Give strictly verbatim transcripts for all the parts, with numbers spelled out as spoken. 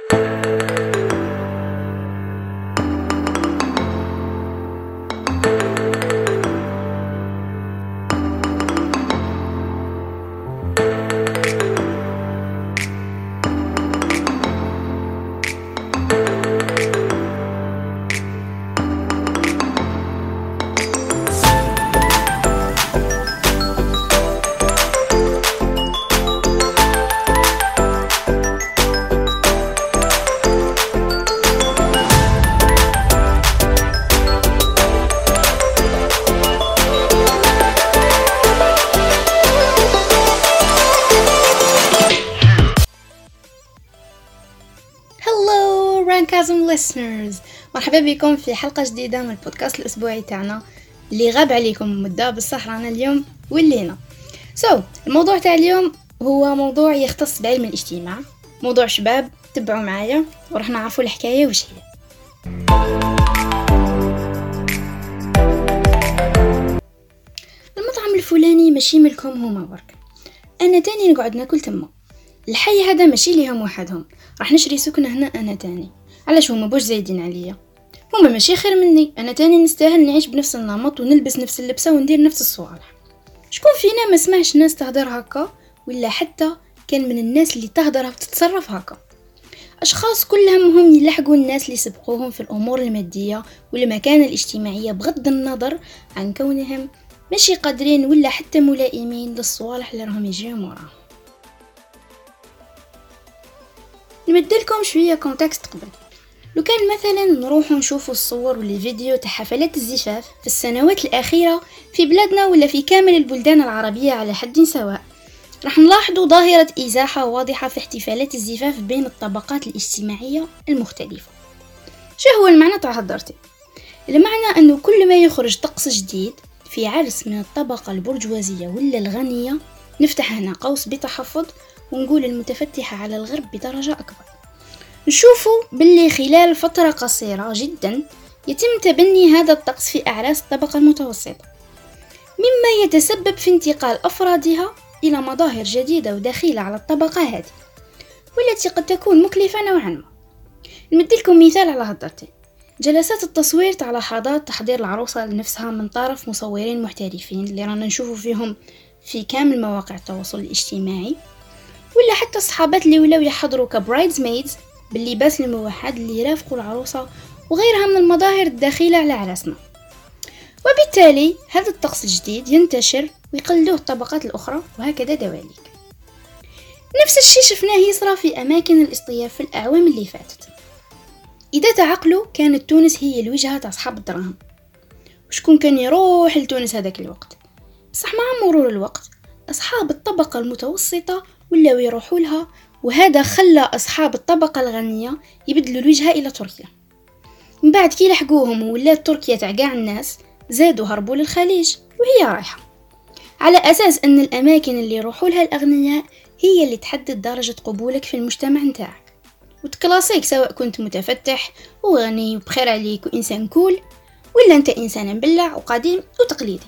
رانكازم listeners، مرحبا بكم في حلقة جديدة من البودكاست الأسبوعي تاعنا اللي غاب عليكم مدة، بصح رانا اليوم ولينا. سو so, الموضوع تاع اليوم هو موضوع يختص بعلم الاجتماع، موضوع شباب. تبعوا معايا وراح نعرفوا الحكاية وش هي. المطعم الفلاني ماشي ملكم هما برك، أنا تاني نقعد ناكل تما. الحي هذا ماشي ليهم وحدهم، راح نشري سكنة هنا أنا تاني. علاش هما بوش زايدين عليا؟ هما ماشي خير مني، أنا تاني نستاهل نعيش بنفس النمط ونلبس نفس اللبسة وندير نفس الصوالح. شكون فينا ما سمعش ناس تهدر هكا، ولا حتى كان من الناس اللي تهدر وتتصرف هكا؟ أشخاص كل همهم يلحقوا الناس اللي سبقوهم في الأمور المادية والمكانة الاجتماعية، بغض النظر عن كونهم ماشي قادرين ولا حتى ملائمين للصوالح اللي راهم يجيهم وراهم. نمدلكم شوية كونتكست قبل. لو كان مثلا نروحوا نشوفوا الصور والفيديو تاع حفلات الزفاف في السنوات الأخيرة في بلادنا ولا في كامل البلدان العربية على حد سواء، راح نلاحظوا ظاهرة إزاحة واضحة في احتفالات الزفاف بين الطبقات الاجتماعية المختلفة. شو هو المعنى تاع هدرتي؟ المعنى أنه كل ما يخرج طقس جديد في عرس من الطبقة البرجوازية ولا الغنية، نفتح هنا قوس بتحفظ ونقول المتفتحة على الغرب بدرجة أكبر، نشوفوا باللي خلال فترة قصيرة جدا يتم تبني هذا الطقس في أعراس الطبقة المتوسطة، مما يتسبب في انتقال أفرادها إلى مظاهر جديدة ودخيلة على الطبقة هذه، والتي قد تكون مكلفة نوعا ما. نمدلكم مثال على هدرتي. جلسات التصوير تاع لحظات تحضير العروسة لنفسها من طرف مصورين محترفين اللي رانا نشوفوا فيهم في كامل مواقع التواصل الاجتماعي، ولا حتى الصحابات اللي ولاو يحضروا كبرايدز ميدز باللباس الموحد اللي يرافقوا العروسة، وغيرها من المظاهر الداخلة على عرسنا. وبالتالي هذا الطقس الجديد ينتشر ويقلدوه الطبقات الأخرى، وهكذا دواليك. نفس الشيء شفناه يصرى في أماكن الاصطياف في الأعوام اللي فاتت. إذا تعقلوا كانت تونس هي الوجهة تاع أصحاب الدراهم، وشكون كان يروح لتونس هذاك الوقت؟ صح، مع مرور الوقت أصحاب الطبقة المتوسطة ولاو يروحوا لها، وهذا خلى أصحاب الطبقة الغنية يبدلوا الوجهة إلى تركيا. من بعد كي لحقوهم وولات تركيا تاع قاع الناس، زادوا هربوا للخليج وهي رايحة، على أساس أن الأماكن اللي يروحوا لها الأغنياء هي اللي تحدد درجة قبولك في المجتمع نتاعك وتكلاسيك، سواء كنت متفتح وغني وبخير عليك وإنسان كول، ولا أنت إنسان مبلع وقديم وتقليدي.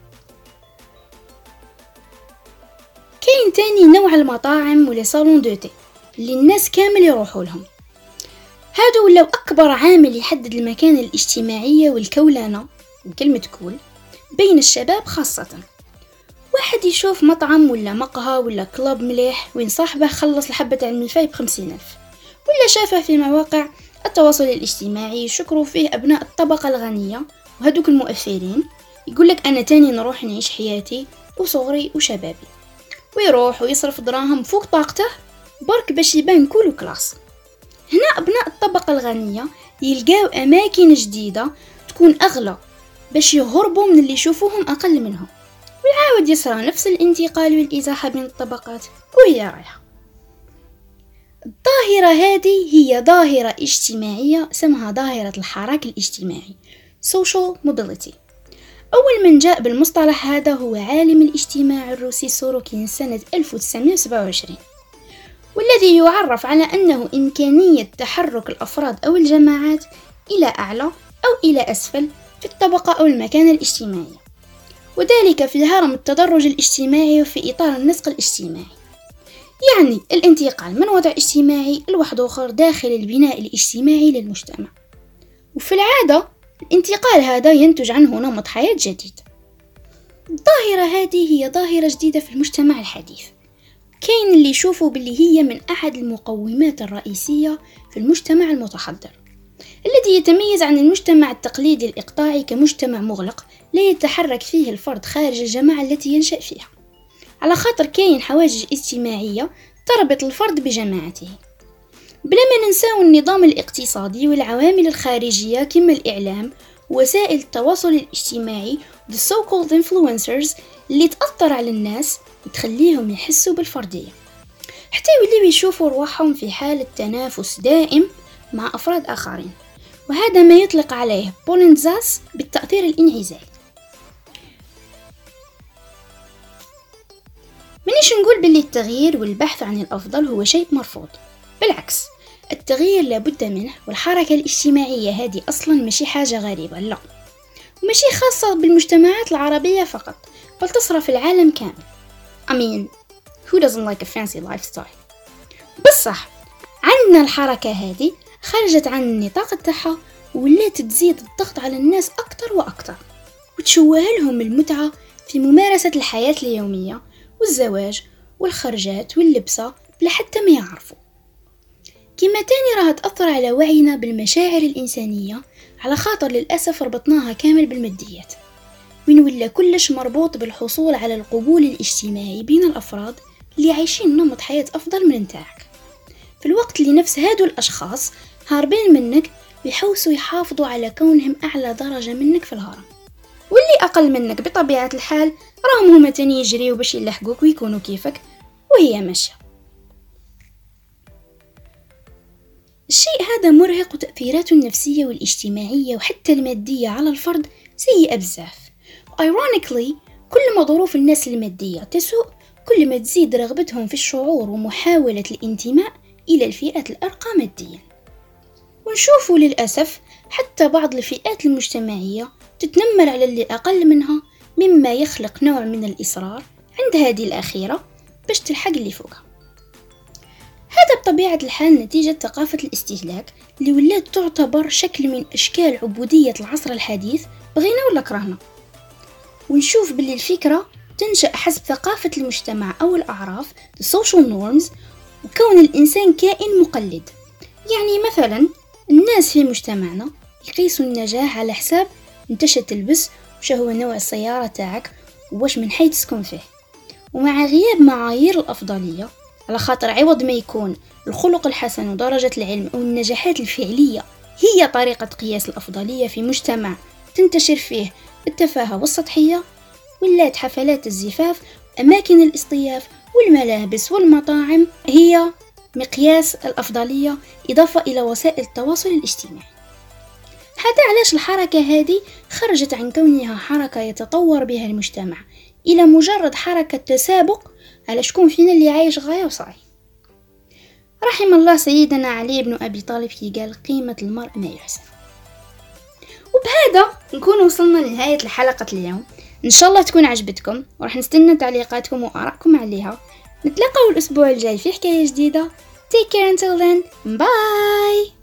كاين تاني نوع المطاعم ولا صالون دوتي اللي الناس كامل يروحوا لهم. هادو ولاو أكبر عامل يحدد المكانة الاجتماعية والكولانة وكلمة كول بين الشباب خاصة. واحد يشوف مطعم ولا مقهى ولا كلوب مليح وين صاحبه خلص الحبة تاع الملفاي بخمسين ألف، ولا شافه في مواقع التواصل الاجتماعي شكروا فيه أبناء الطبقة الغنية وهدوك المؤثرين، يقولك أنا تاني نروح نعيش حياتي وصغري وشبابي، ويروح ويصرف دراهم فوق طاقته برك باش يبان كول وكلاس. هنا أبناء الطبقة الغنية يلقاو أماكن جديدة تكون أغلى باش يهربوا من اللي يشوفوهم أقل منهم، ويعاود يصرى نفس الانتقال والإزاحة بين الطبقات وهي رايحة. الظاهرة هذه هي ظاهرة اجتماعية اسمها ظاهرة الحراك الاجتماعي social mobility. أول من جاء بالمصطلح هذا هو عالم الاجتماع الروسي سوروكين سنة ألف وتسعمائة وسبعة وعشرين، والذي يعرف على أنه إمكانية تحرك الأفراد أو الجماعات إلى أعلى أو إلى أسفل في الطبقة أو المكانة يعني الانتقال من وضع اجتماعي لواحد آخر داخل البناء الاجتماعي للمجتمع. وفي العادة الانتقال هذا ينتج عنه نمط حياة جديد. الظاهرة هذه هي ظاهرة جديدة في المجتمع الحديث، كاين اللي يشوفوا باللي هي من أحد المقومات الرئيسية في المجتمع المتحضر الذي يتميز عن المجتمع التقليدي الإقطاعي كمجتمع مغلق لا يتحرك فيه الفرد خارج الجماعة التي ينشأ فيها، على خاطر كاين حواجز اجتماعية تربط الفرد بجماعته. بلا ما ننساو النظام الاقتصادي والعوامل الخارجية كما الإعلام ووسائل التواصل الاجتماعي the so called influencers اللي تأثر على الناس وتخليهم يحسوا بالفردية، حتى يوليو يشوفوا رواحهم في حالة تنافس دائم مع أفراد آخرين، وهذا ما يطلق عليه بولين زاس بالتأثير الانعزالي. منيش نقول باللي التغيير والبحث عن الأفضل هو شيء مرفوض، بالعكس التغيير لابد منه، والحركة الاجتماعية هذه أصلا مشي حاجة غريبة، لا ومشي خاصة بالمجتمعات العربية فقط، بل تصرى في العالم كامل. I mean, who doesn't like a fancy lifestyle؟ بالصح عندنا الحركة هذه خرجت عن النطاق تاعها ولات تزيد الضغط على الناس أكتر وأكتر، وتشوه لهم المتعة في ممارسة الحياة اليومية والزواج والخرجات واللبسة بلا حتى ما يعرفوا. كما تاني راها تأثر على وعينا بالمشاعر الإنسانية، على خاطر للأسف ربطناها كامل بالماديات، وين ولا كلش مربوط بالحصول على القبول الاجتماعي بين الأفراد اللي عايشين نمط حياة أفضل من نتاعك، في الوقت اللي نفس هادو الأشخاص هاربين منك بيحوسوا يحافظوا على كونهم أعلى درجة منك في الهرم، واللي أقل منك بطبيعة الحال راهم هما تاني يجريوا باش يلحقوك ويكونوا كيفك، وهي ماشية. الشيء هذا مرهق، وتأثيراته النفسية والاجتماعية وحتى المادية على الفرد سيئة بزاف. ironically كل ما ظروف الناس المادية تسوء كل ما تزيد رغبتهم في الشعور ومحاولة الانتماء إلى الفئات الأرقى ماديا. ونشوفوا للأسف حتى بعض الفئات المجتمعية تتنمر على اللي أقل منها، مما يخلق نوع من الإصرار عند هذه الأخيرة باش تلحق اللي فوقها. هذا بطبيعة الحال نتيجة ثقافة الاستهلاك اللي ولات تعتبر شكل من أشكال عبودية العصر الحديث بغينا ولا كرهنا. ونشوف باللي الفكرة تنشأ حسب ثقافة المجتمع أو الأعراف the social norms، وكون الإنسان كائن مقلد. يعني مثلا الناس في مجتمعنا يقيسوا النجاح على حساب انتش تلبس وش هو نوع السيارة تاعك وواش من حي تسكن فيه، ومع غياب معايير الأفضلية، على خاطر عوض ما يكون الخلق الحسن ودرجة العلم أو النجاحات الفعلية هي طريقة قياس الأفضلية في مجتمع تنتشر فيه التفاهة والسطحية، ولات حفلات الزفاف أماكن الاصطياف والملابس والمطاعم هي مقياس الأفضلية، إضافة إلى وسائل التواصل الاجتماعي. هذا علاش الحركة هذه خرجت عن كونها حركة يتطور بها المجتمع إلى مجرد حركة تسابق على شكون فينا اللي عايش غاية وصاعي. رحم الله سيدنا علي بن أبي طالب كي قال قيمة المرء ما يحسن. وبهذا نكون وصلنا لنهاية الحلقة اليوم، إن شاء الله تكون عجبتكم، وراح نستنى تعليقاتكم وآرائكم عليها. نتلاقاو الأسبوع الجاي في حكاية جديدة. Take care until then. Bye.